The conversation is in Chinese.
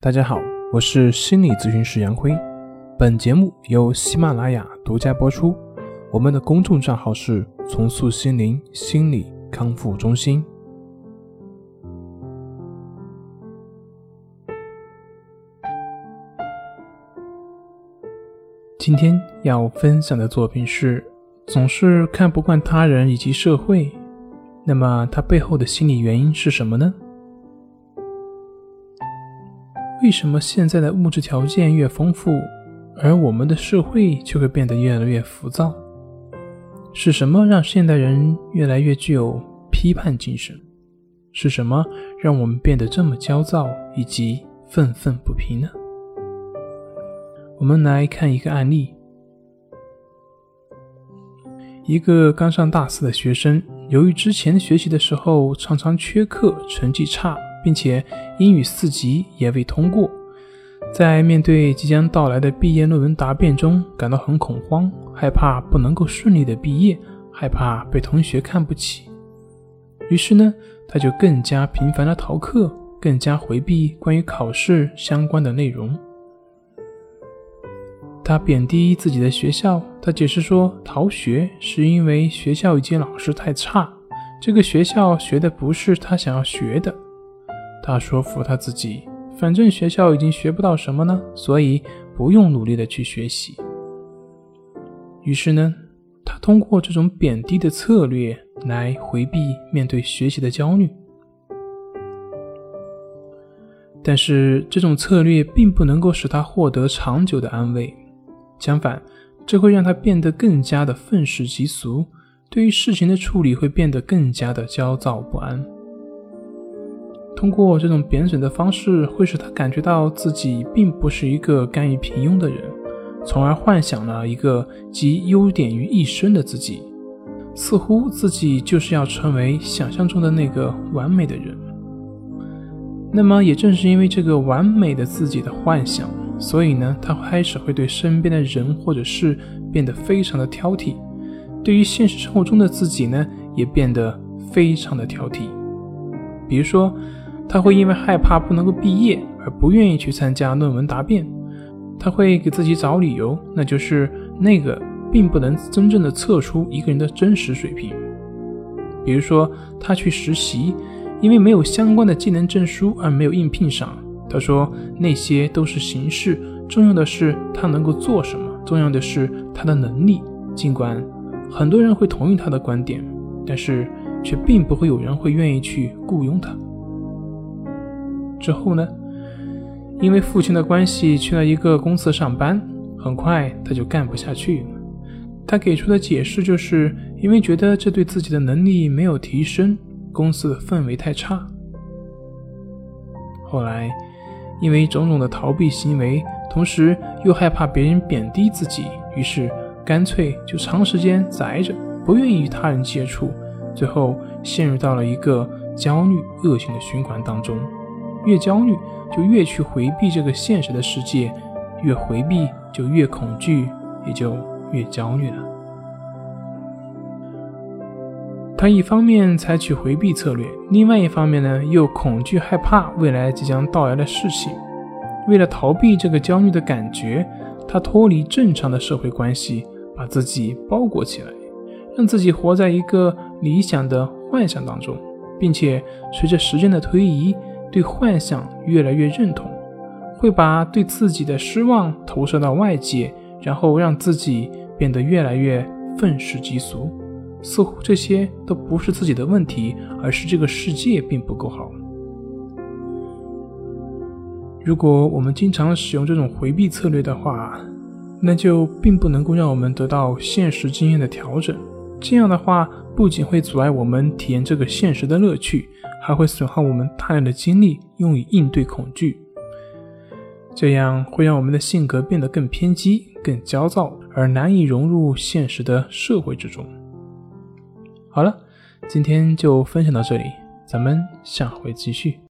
大家好，我是心理咨询师杨辉，本节目由喜马拉雅独家播出，我们的公众账号是重塑心灵心理康复中心。今天要分享的作品是总是看不惯他人以及社会，那么它背后的心理原因是什么呢？为什么现在的物质条件越丰富，而我们的社会却会变得越来越浮躁？是什么让现代人越来越具有批判精神？是什么让我们变得这么焦躁以及愤愤不平呢？我们来看一个案例。一个刚上大四的学生，由于之前学习的时候常常缺课，成绩差，并且英语4级也未通过，在面对即将到来的毕业论文答辩中感到很恐慌，害怕不能够顺利的毕业，害怕被同学看不起。于是呢，他就更加频繁的逃课，更加回避关于考试相关的内容。他贬低自己的学校，他解释说逃学是因为学校以及老师太差，这个学校学的不是他想要学的。他说服他自己，反正学校已经学不到什么呢，所以不用努力的去学习。于是呢，他通过这种贬低的策略来回避面对学习的焦虑。但是这种策略并不能够使他获得长久的安慰，相反，这会让他变得更加的愤世嫉俗，对于事情的处理会变得更加的焦躁不安。通过这种贬损的方式，会使他感觉到自己并不是一个甘于平庸的人，从而幻想了一个集优点于一身的自己，似乎自己就是要成为想象中的那个完美的人。那么也正是因为这个完美的自己的幻想，所以呢，他开始会对身边的人或者事变得非常的挑剔，对于现实生活中的自己呢，也变得非常的挑剔。比如说，他会因为害怕不能够毕业而不愿意去参加论文答辩，他会给自己找理由，那就是那个并不能真正的测出一个人的真实水平。比如说，他去实习，因为没有相关的技能证书而没有应聘上，他说那些都是形式，重要的是他能够做什么，重要的是他的能力。尽管很多人会同意他的观点，但是却并不会有人会愿意去雇佣他。之后呢，因为父亲的关系去了一个公司上班，很快他就干不下去了。他给出的解释就是因为觉得这对自己的能力没有提升，公司的氛围太差。后来因为种种的逃避行为，同时又害怕别人贬低自己，于是干脆就长时间宅着，不愿意与他人接触，最后陷入到了一个焦虑恶性的循环当中。越焦虑就越去回避这个现实的世界，越回避就越恐惧，也就越焦虑了。他一方面采取回避策略，另外一方面呢，又恐惧害怕未来即将到来的事情。为了逃避这个焦虑的感觉，他脱离正常的社会关系，把自己包裹起来，让自己活在一个理想的幻想当中，并且随着时间的推移，对幻想越来越认同，会把对自己的失望投射到外界，然后让自己变得越来越愤世嫉俗，似乎这些都不是自己的问题，而是这个世界并不够好。如果我们经常使用这种回避策略的话，那就并不能够让我们得到现实经验的调整。这样的话，不仅会阻碍我们体验这个现实的乐趣，还会损耗我们大量的精力用于应对恐惧。这样会让我们的性格变得更偏激、更焦躁，而难以融入现实的社会之中。好了，今天就分享到这里，咱们下回继续。